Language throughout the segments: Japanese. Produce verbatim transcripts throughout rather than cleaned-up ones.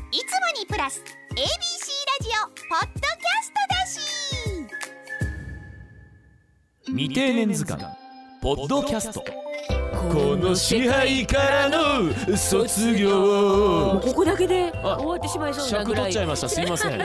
いつもにプラス エービーシー ラジオポッドキャストだし。 未定年図鑑ポッドキャスト。この支配からの卒業。 もうここだけで終わってしまいそうなぐらい尺取っちゃいました。すいません。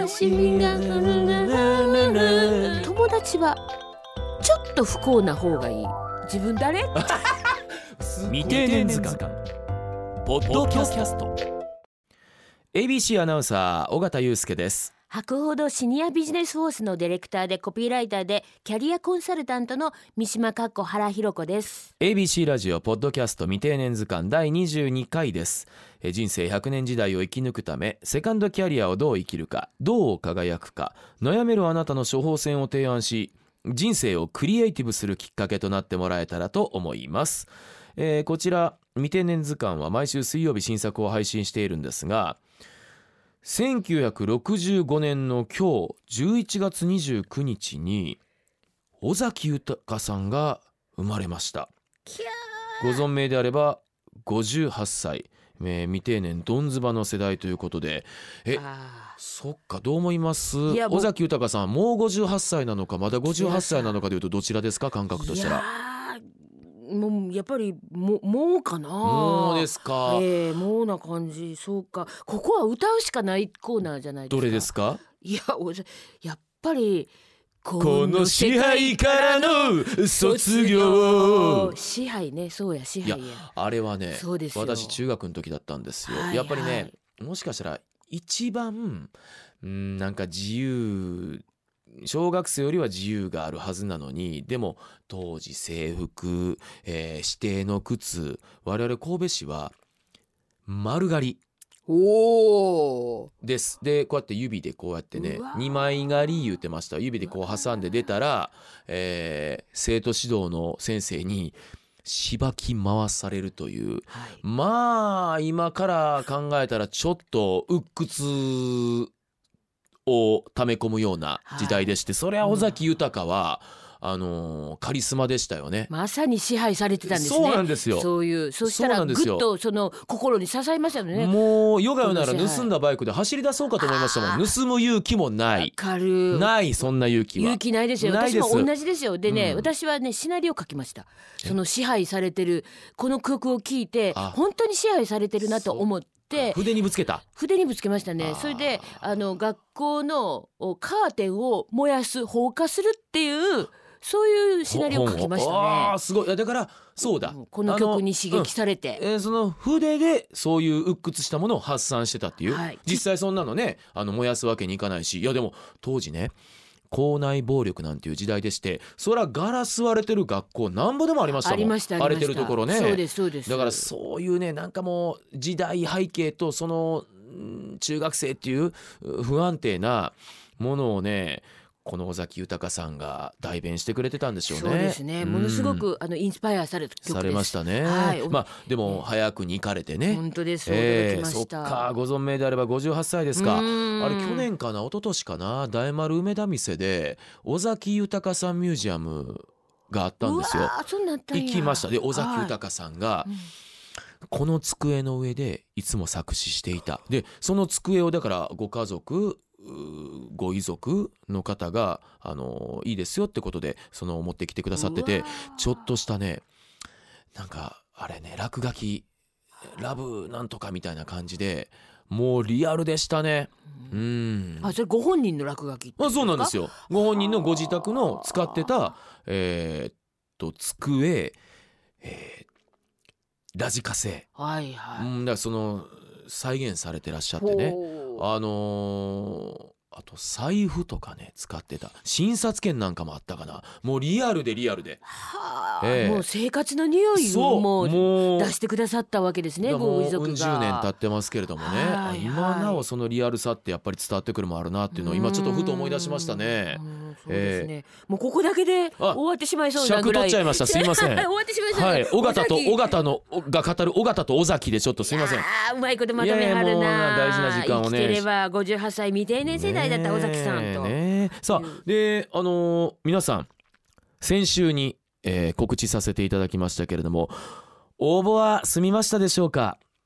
友達はちょっと不幸な方がいい。自分誰未定年図鑑ポッドキャスト。 エービーシー アナウンサー尾形祐介です。 博報堂シニアビジネスフォースのディレクターでコピーライターでキャリアコンサルタントの三島かっこ原ひろ子です。 エービーシー ラジオポッドキャスト未定年図鑑だいにじゅうにかいです。人生ひゃくねん時代を生き抜くためセカンドキャリアをどう生きるか、どう輝くか、悩めるあなたの処方箋を提案し、人生をクリエイティブするきっかけとなってもらえたらと思います。えー、こちら未定年図鑑は毎週水曜日新作を配信しているんですが、せんきゅうひゃくろくじゅうごねんの今日じゅういちがつにじゅうくにちに尾崎豊さんが生まれました。ご存命であればごじゅうはっさい、えー、未定年どんずばの世代ということで、えそっか、どう思います？尾崎豊さんもうごじゅうはっさいなのかまだごじゅうはっさいなのかというとどちらですか、感覚としたら。 もうやっぱりももうかな。 もうですか。 えー、もうな感じ。そうか、ここは歌うしかないコーナーじゃないですか。 どれですか？ いや、やっぱりこの支配からの卒業。 支配ね、そうや支配や。 いやあれはね、 そうですよ、 私中学の時だったんですよ、はいはい、やっぱりね、もしかしたら一番んなんか自由、小学生よりは自由があるはずなのに、でも当時制服、えー、指定の靴、我々神戸市は丸刈りおです。でこうやって指でこうやってねにまい狩り言ってました。指でこう挟んで出たら、えー、生徒指導の先生にしばき回されるという、はい、まあ今から考えたらちょっと鬱屈を溜め込むような時代でして、はい、それは尾崎豊は、うん、あのー、カリスマでしたよね。 まさに支配されてたんですね。 そうなんですよ。 そういう、そしたらぐっとその心に刺さりましたよね。 もうヨガよなら盗んだバイクで走り出そうかと思いましたもん。盗む勇気もない。 わかる。 ない、そんな勇気は。 勇気ないですよ。 ないです。 私も同じですよ。でね、 うん、 私はねシナリオ書きました。その支配されてるこの曲を聴いて本当に支配されてるなと思って。 筆にぶつけた。 筆にぶつけましたね。それであの学校のカーテンを燃やす、放火するっていうそういうシナリオを書きましたね。 あーすごい。だからそうだ、 この曲に刺激されて、 うんえー、その筆でそういう鬱屈したものを発散してたっていう、はい、実際そんなのねあの燃やすわけにいかないし、いやでも当時ね校内暴力なんていう時代でして、そらガラス割れてる学校なんぼでもありましたもん。 ありました、 荒れてるところね。 そうですそうです。 だからそういうねなんかもう時代背景とその中学生っていう不安定なものをねこの尾崎豊さんが代弁してくれてたんでしょうね。 そうですね、ものすごく、うん、あのインスパイアされた曲です。 されましたね、はい、まあでも早くに行かれてね。 本当です、驚きました。 そっか、ご存命であればごじゅうはっさいですか。あれ去年かな一昨年かな、大丸梅田店で尾崎豊さんミュージアムがあったんですよ。 そうなったんや。 行きました。で尾崎豊さんが、はい、うんこの机の上でいつも作詞していた。でその机をだからご家族ご遺族の方があのいいですよってことでその持ってきてくださってて、ちょっとしたねなんかあれね落書きラブなんとかみたいな感じでもうリアルでしたね。うん、 あ、それご本人の落書きですか？ あ、そうなんですよ。ご本人のご自宅の使ってたえー、っと机、えー、ラジカセ、 はいはい、 うん、だからその再現されてらっしゃってね、あのー、あと財布とかね使ってた診察券なんかもあったかな。もうリアルでリアルで、 はあ、えー、もう生活の匂いをもう出してくださったわけですね。ご遺族がうん十年経ってますけれどもね、はいはい、今なおそのリアルさってやっぱり伝わってくるもあるなっていうのを今ちょっとふと思い出しましたね。 そうですね、えー、もうここだけで終わってしまいそうなぐらい尺取っちゃいました。すいません終わってしまいました、ね、 はい、尾形と尾形のが語る尾形と尾崎でちょっとすいません。 あ、うまいことまとめはるな。 大事な時間をね、 生きてればごじゅうはっさい未定年世代だった尾崎さんと、 ね、さあであのー、皆さん先週に、えー、告知させていただきましたけれども、応募は済みましたでしょうか。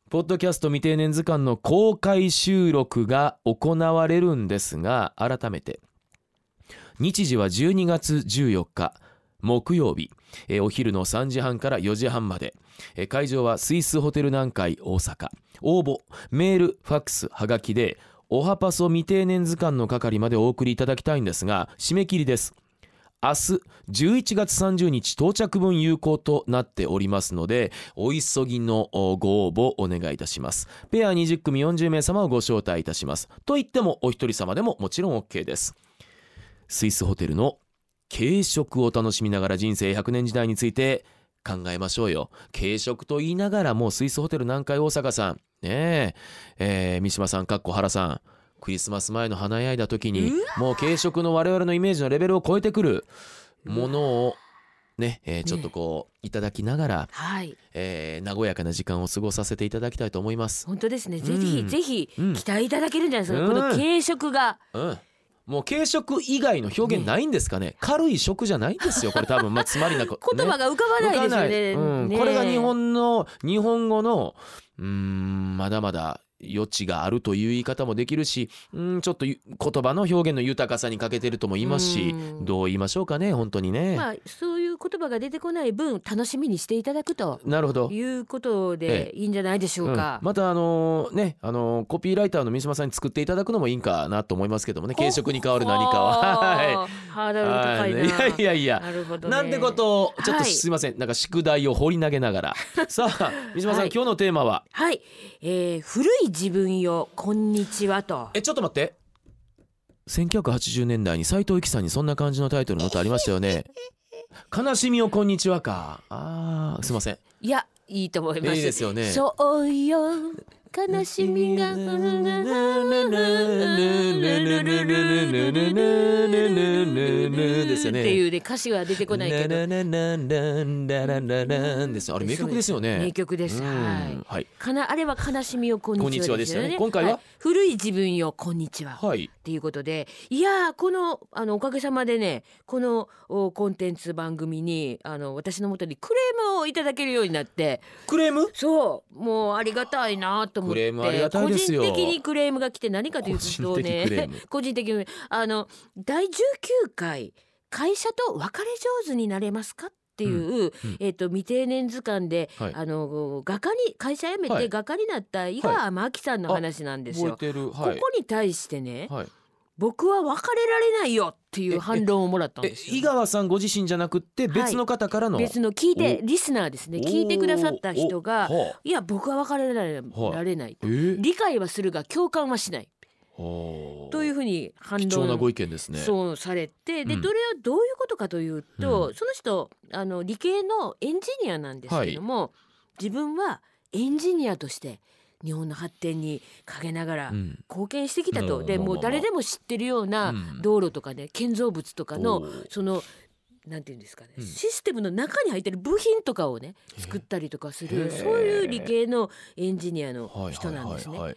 ポッドキャスト未定年図鑑の公開収録が行われるんですが、改めて日時はじゅうにがつじゅうよっか木曜日、えー、お昼のさんじはんからよじはんまで、えー、会場はスイスホテル南海大阪。応募メールファックスはがきでおはパソ未定年図鑑の係までお送りいただきたいんですが、締め切りです。明日じゅういちがつさんじゅうにち到着分有効となっておりますので、お急ぎのご応募お願いいたします。ペアにじゅっくみよんじゅうめいさまをご招待いたします。といってもお一人様でももちろん OK です。スイスホテルの軽食を楽しみながら人生ひゃくねん時代について考えましょうよ。軽食と言いながらもうスイスホテル南海大阪さんねえ、えー、三島さんかっこ原さん、クリスマス前の華やいだ時にもう軽食の我々のイメージのレベルを超えてくるものをね、えー、ちょっとこう、ね、いただきながら、はいえー、和やかな時間を過ごさせていただきたいと思います。 本当ですね、ぜひ、うん、ぜひ期待いただけるんじゃないですか、うん、この軽食が、うんもう軽食以外の表現ないんですかね。軽い食じゃないんですよこれ多分、まあ、つまりなく、 ね、言葉が浮かばないですよね。 うんね、これが日本の日本語のうーんまだまだ余地があるという言い方もできるし、うんちょっと言葉の表現の豊かさに欠けてるとも言いますし、どう言いましょうかね本当にね。 まあそういう言葉が出てこない分楽しみにしていただくとなるほどいうことでいいんじゃないでしょうか。 うん、またあのねあのコピーライターの三島さんに作っていただくのもいいんかなと思いますけどもね、軽食に変わる何かははいハードル高いな。 いやいやいや、 なるほどね、 なんてことをちょっとすいません、はい、なんか宿題を放り投げながらさあ三島さん、はい、今日のテーマははい、えー、古い自分よこんにちはと。 えちょっと待って、せんきゅうひゃくはちじゅうねんだいに斉藤由貴さんにそんな感じのタイトルの歌ありましたよね悲しみをこんにちはか。あーすいません。 いやいいと思います。 いいですよね。 そうよ悲しみがですよねっていうね歌詞は出てこないけどですよ。あれ名曲ですよね。 名曲です。はい。かなあれは悲しみをこんにちはですよね。 今回は古い自分よこんにちはっていうことで、いやこのあのおかげさまでねこのコンテンツ番組にあの私のもとにクレームをいただけるようになって。クレーム？そうもうありがたいなと思って。クレームありがたいですよ。個人的にクレームが来て何かというとね個人的にあのだいじゅうきゅうかい会社と別れ上手になれますかっていう、うんうん、えー、と未定年図鑑で、はい、あの画家に会社辞めて画家になった井川真紀さんの話なんですよ。はい、ここに対してね、はい、僕は別れられないよっていう反論をもらったんですよ。 井川さんご自身じゃなくって別の方からの、 はい、別の聞いてリスナーですね、聞いてくださった人がいや僕は別れられられないと、理解はするが共感はしないというふうに反論貴重なご意見ですね。 そうされて、で、うん、それはどういうことかというと、うん、その人あの理系のエンジニアなんですけども、はい、自分はエンジニアとして日本の発展に陰ながら貢献してきたと、うん、でもう誰でも知ってるような道路とかね建造物とかのそのなんていうんですかね、うん、システムの中に入ってる部品とかをね作ったりとかする、そういう理系のエンジニアの人なんですね。はいはいはいはい、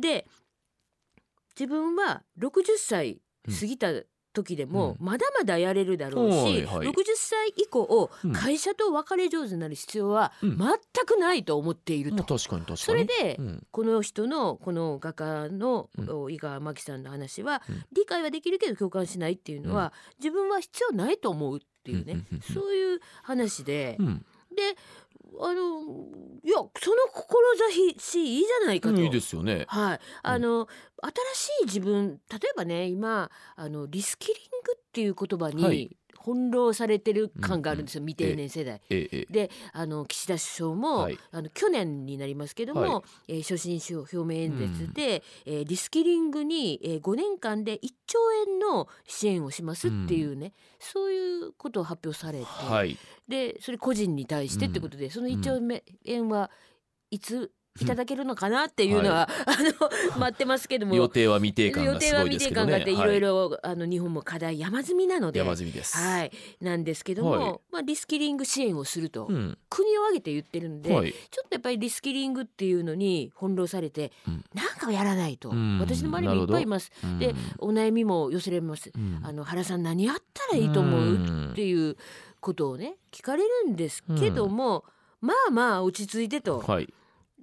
で自分はろくじゅっさい過ぎた時でもまだまだやれるだろうし、うん、ろくじゅっさい以降会社と別れ上手になる必要は全くないと思っていると、うん、確かに確かに。それで、うん、この人のこの画家の井川真紀さんの話は、うん、理解はできるけど共感しないっていうのは、うん、自分は必要ないと思うっていうね、そういう話で、うん、であのいやその志いいじゃないかと。 いいですよね。 はい、あの、うん、新しい自分、例えばね今あのリスキリングっていう言葉に翻弄されてる感があるんですよ、うんうん、未定年世代、えええ、であの岸田首相も、はい、あの去年になりますけども、はい、えー、所信表明演説で、うん、えー、リスキリングに、えー、ごねんかんでいっちょうえんの支援をしますっていうね、うん、そういうことを発表されて、はい、でそれ個人に対してってことで、うん、そのいっちょうえんはいついただけるのかなっていうのは、うん、あの待ってますけども、 予定は未定感がすごいですけどね。 予定は未定感があっていろいろあの日本も課題山積みなので山積みです、 はい、なんですけども、はい、まあ、リスキリング支援をすると、うん、国を挙げて言ってるんで、はい、ちょっとやっぱりリスキリングっていうのに翻弄されて、うん、なんかやらないと、うん、私の周りにいっぱいいます、うん、でお悩みも寄せられます、うん、あの原さん何やったらいいと思うっていうことをね聞かれるんですけども、うん、まあまあ落ち着いてと、はい、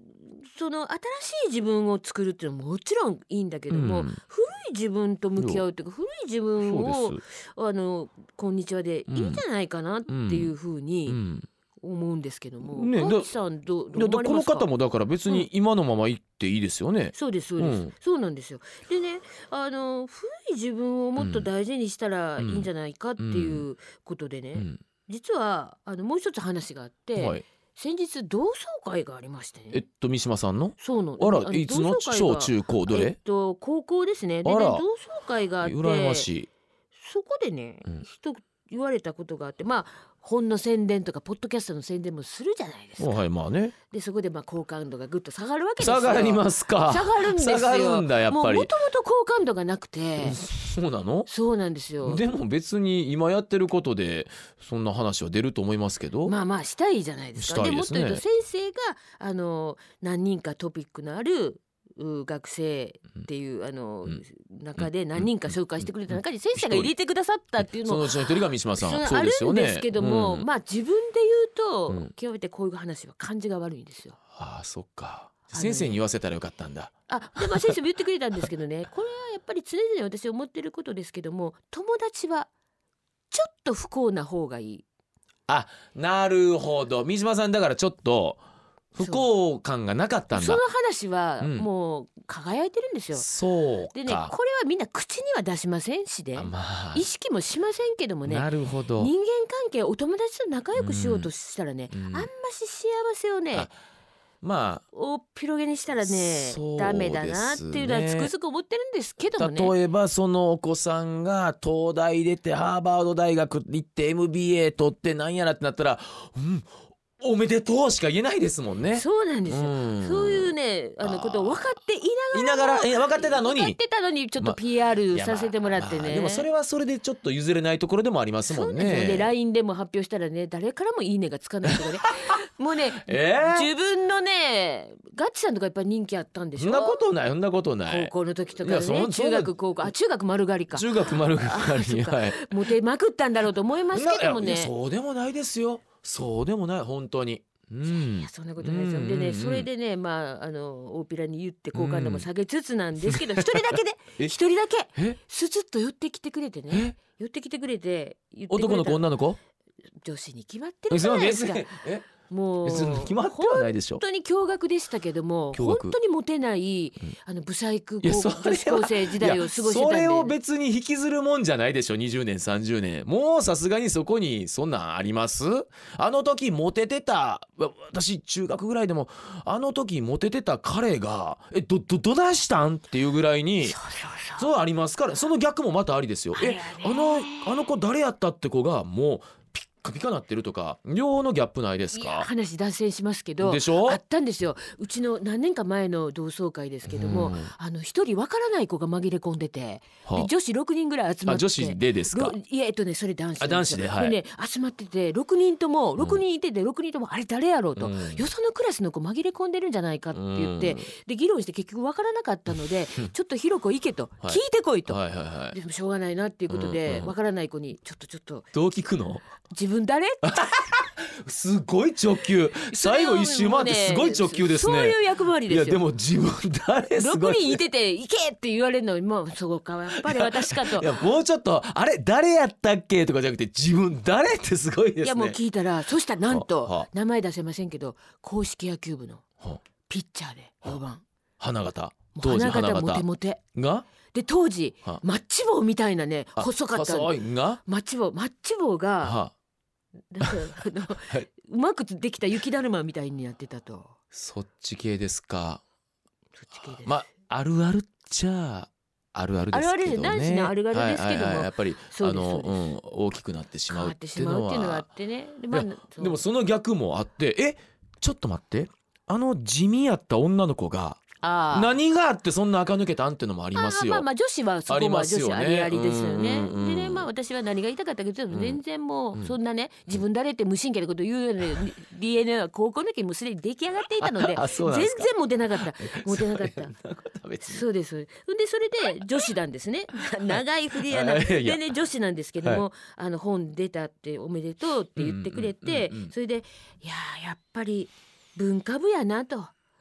その新しい自分を作るっていうのはもちろんいいんだけども、 うん、 古い自分と向き合うというか、古い自分そうをです。 あのこんにちはでいいんじゃないかなっていうふううにん思うんですけども、 ね、 ガッチさんどうどういやだこの思われますか？ 方もだから別に今のまま行っていいですよね。 そうですそうです、 うんそうなんですよ。でね、あの古い自分をもっと大事にしたらいいんじゃないかっていうことでね、 うん実はあのもう一つ話があって、 はい、 先日同窓会がありましてね。 えっと三島さんのそうのあらのいつの同窓会が小中高どえっれ、 と高校ですね。であらね、同窓会があって羨ましい。 そこでね、 うん人言われたことがあって、まあ本の宣伝とかポッドキャストの宣伝もするじゃないですか。 はい、まあね、 でそこでまあ好感度がぐっと下がるわけですよ。 下がりますか。 下がるんですよ。 下がるんだやっぱり。 もうもともと好感度がなくて、 そうなの？ そうなんですよ。 でも別に今やってることでそんな話は出ると思いますけど、 まあまあしたいじゃないですか。 したいですねもっと言うと先生があの何人かトピックのあるう学生っていうあの、 うん中で何人か紹介してくれた中に先生が入れてくださったっていうのそのうちの一人が三島さん。 そそうですよね。 あるんですけども、 うんまあ自分で言うと、 うん極めてこういう話は感じが悪いんですよ。 ああそっか。 あのね先生に言わせたらよかったんだ。 あでまあ先生も言ってくれたんですけどねこれはやっぱり常々私思ってることですけども、友達はちょっと不幸な方がいい。 あ、なるほど。三島さんだからちょっと不幸感がなかったんだその。話はうんもう輝いてるんですよ。 そうか。 でねこれはみんな口には出しませんしで、 あまあ意識もしませんけどもね、 なるほど。 人間関係お友達と仲良くしようとしたらね、 うんあんまし幸せをねあまおっぴろげにしたらねそうですねダメだなっていうのはつくづく思ってるんですけどもね。 例えばそのお子さんが東大出てハーバード大学行って エムビーエー 取ってなんやらってなったら、うんおめでとうしか言えないですもんね。 そうなんですよ、 うんそういうねあのことを分かってい言いながらえ分かってたのに分かってたのにちょっとまピーアーいやまあルさせてもらってね、 まあでもそれはそれでちょっと譲れないところでもありますもそうんですよ。 ね。 で ライン でも発表したらね誰からもいいねがつかないとかねもうね、 えー自分のねガッチさんとかやっぱり人気あったんでしょ。 そんなことないそんなことない。 高校の時とかいやそんね中学高校あ中学丸刈りか中学丸があそっかはい。 モテまくったんだろうと思いますけどもいやいやね。 そうでもないですよ。そうでもない本当に。うんいやそんなことないですよ。でねうんうんうんそれでねまああの大っぴらに言って好感度も下げつつなんですけど一人だけでえ一人だけえスツッと寄ってきてくれてねえ寄ってきてくれて言ってくれた男の子女の子？ 女子に決まってるじゃないですか。 えもう別に決まってはないでしょ本。当に驚愕でしたけども驚愕本当にモテない、 うんあのブサイクいや高それは女子高生時代を過ごしてたんで。 いやそれを別に引きずるもんじゃないでしょ。にじゅうねんさんじゅうねんもうさすがにそこにそんなんあります？あの時モテてたわ私中学ぐらいでもあの時モテてた彼がえどどどないしたんっていうぐらいにそうそうそうそうありますからその逆もまたありですよ。えあれはねあのあの子誰やったって子がもうピッカピカなってるとか両方のギャップないですいやか？ 話脱線しますけどでしょあったんですよ。うちの何年か前の同窓会ですけども、 うんあの一人わからない子が紛れ込んでてはで女子ろくにんぐらい集まってあ女子でですか？ ろいやえっとねそれ男子なんですよ。 あ男子ではいね集まっててろくにんともろくにんいててろくにんともあれ誰やろうと、 うんよそのクラスの子紛れ込んでるんじゃないかって言って、で議論して結局わからなかったのでちょっとひろこ行けと、 はい聞いてこいと、 はいはいはい。 でもしょうがないなっていうことでうんうんわからない子にちょっとちょっとどう聞くの？ 自分誰すごい直球最後一周回ってすごい直球ですね。 そういう役回りいですよ。 やでも自分誰すご 6 い。 人いてて行けって言われるのにもうそうかやっぱり私かといやもうちょっとあれ誰やったっけとかじゃなくて自分誰ってすごいですね。 いやもう聞いたらそしたらなんはとは名前出せませんけど公式野球部のはピッチャーでよばん花形もう当時花花形モテ形モテがで当時はマッチ棒みたいなねあ細かった細いがマッチ棒マッチ棒がはなんかあのはいうまくできた雪だるまみたいになってたと。 そっち系ですか。 そっち系です。 まああるあるっちゃあるあるですけどね。 あるあるです男子のあるあるですけどもはいはいはいやっぱりそうあのですそうですうん大きくなってしまうっ変わってしていうのまうっていうのがあはってね。でまあいやそうでもその逆もあってえちょっと待ってあの地味やった女の子があー何があってそんな垢抜けたんっていうのもありますよ。 あーまあまあ女子はそこありはますよね女子ありありですよね。 うんうんうんでねまあ私は何が言いたかったかというとうん全然もうんうそんなね自分誰って無神経なこと言うような ディーエヌエー は高校の時もうすでに出来上がっていたのであそうなん全ですか然モテなかったモテなかった。 そんなことは別にそうですでそれで女子なんですね長い振りやなあいやいやでね女子なんですけども、あの本出たっておめでとうって言ってくれて、 うんうんうんうんそれでいやーやっぱり文化部やなと。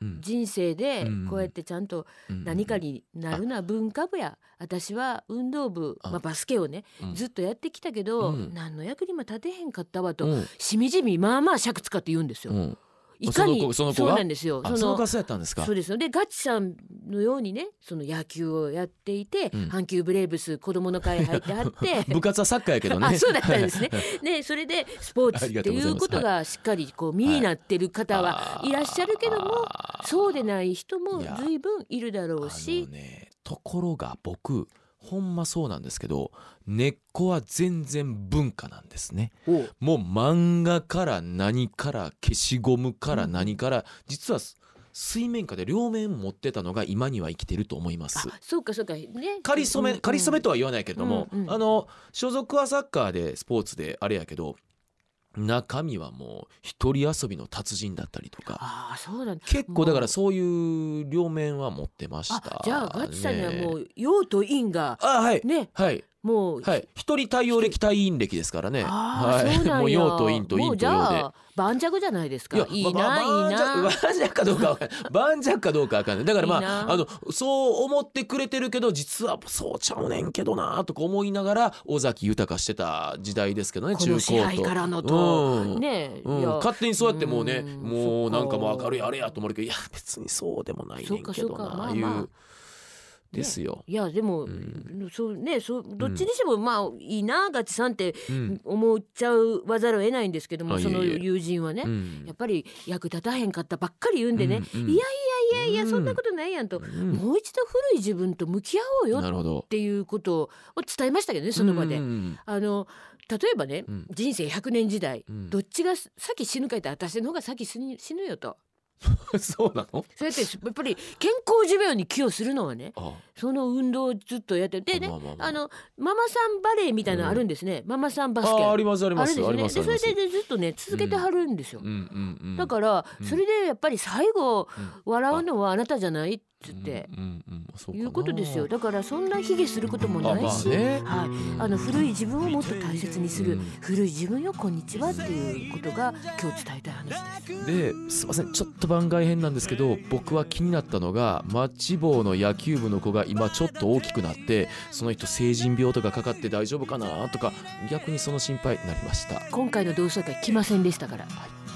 うん人生でうんこうやってちゃんとうん何かになるのは文化部や、私は運動部、 あまあ、バスケをねうんずっとやってきたけど、 うん何の役にも立てへんかったわと、 うんしみじみまあまあ尺使って言うんですよ。 うんいかにその子その子そうがなんですよ。 あそのガスやったんですか。 そうですよ。でガチさんのようにねその野球をやっていて、 うん阪急ブレーブス子供の会入ってはって部活はサッカーやけどね。 あそうだったんですね。ねそれでスポーツありがってとうございますいうことがしっかりこう身になってる方はいらっしゃるけども、 あーそうでない人もいや随分いるだろうあしの、ね、ところが僕ほんまそうなんですけど、根っこは全然文化なんですね。 おうもう漫画から何から消しゴムから何から、実は水面下で両面持ってたのが今には生きてると思います。 あそうかそうかね。 かりそめ、 うんうんかりそめとは言わないけれども、 うんうんあの所属はサッカーでスポーツであれやけど、中身はもう一人遊びの達人だったりとか、 ああそうなんだ。 結構だからそういう両面は持ってました、ね。 あじゃあガチさんにはもう陽と陰があはいねはいもう、 はい、一人太陽暦対陰暦ですからね。 ああ、 はい、 そうなんや。 もう陽と陰ともうじ陰と陽で。 ゃあ盤石じゃないですか。いいな、 まあまあいいな。 盤石盤石かどうかわかんない盤石かどうかわかんないだからまあいいなあのそう思ってくれてるけど実はそうちゃうねんけどなとか思いながら尾崎豊してた時代ですけどね。 こ中高との支配からのと、 うんね、 うんいや勝手にそうやってもうねうんもうなんかもうそっか明るいあれやと思うけどいや別にそうでもないねんけどそうかそうかないまあまあうですよ。 いやでも、 んそうねそうどっちにしてもまあいいなガチさんってうん思っちゃうわざるを得ないんですけども、そのあいえいえ友人はね、 うんやっぱり役立たへんかったばっかり言うんでね、 うんうんいやいやいやいや、 うんそんなことないやんと、 うんもう一度古い自分と向き合おうよっなるほど。 ていうことを伝えましたけどね、その場で。 うんあの例えばね、 うん人生ひゃくねん時代、 うんどっちが先死ぬか言ったら私の方が先死ぬ死ぬよと。 そうなの？ そうやってやっぱり健康寿命に寄与するのはね、 あその運動をずっとやってでね、 まあまあまああのママさんバレーみたいなのあるんですね、ママさんバスケあありますありますあるんですよね。でそれありますあります。 でずっとね続けてはるんですよ、 うんうんうんだからうんそれでやっぱり最後うん笑うのはあなたじゃないっつってうんうんうんそうかないうことですよ。だからそんな卑下することもあないし、 まあねはい、あの古い自分をもっと大切にする、 うん古い自分よこんにちはっていうことが今日伝えたい話です。 ですいませんちょっと番外編なんですけど僕は気になったのがマッチ棒の野球部の子が今ちょっと大きくなってその人成人病とかかかって大丈夫かなとか逆にその心配になりました。 今回の同窓会来ませんでしたから、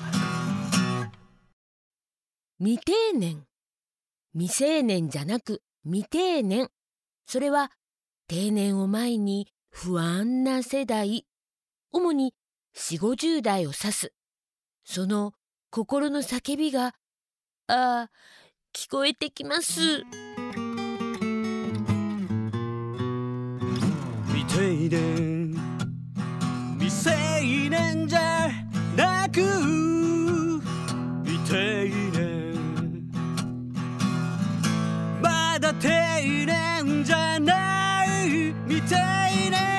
未定年、未成年じゃなく未定年、それは定年を前に不安な世代、主によんじゅうごじゅう代を指す。その心の叫びがああ聞こえてきます。 未定年未成年じゃなく未定年まだ定年じゃない未定年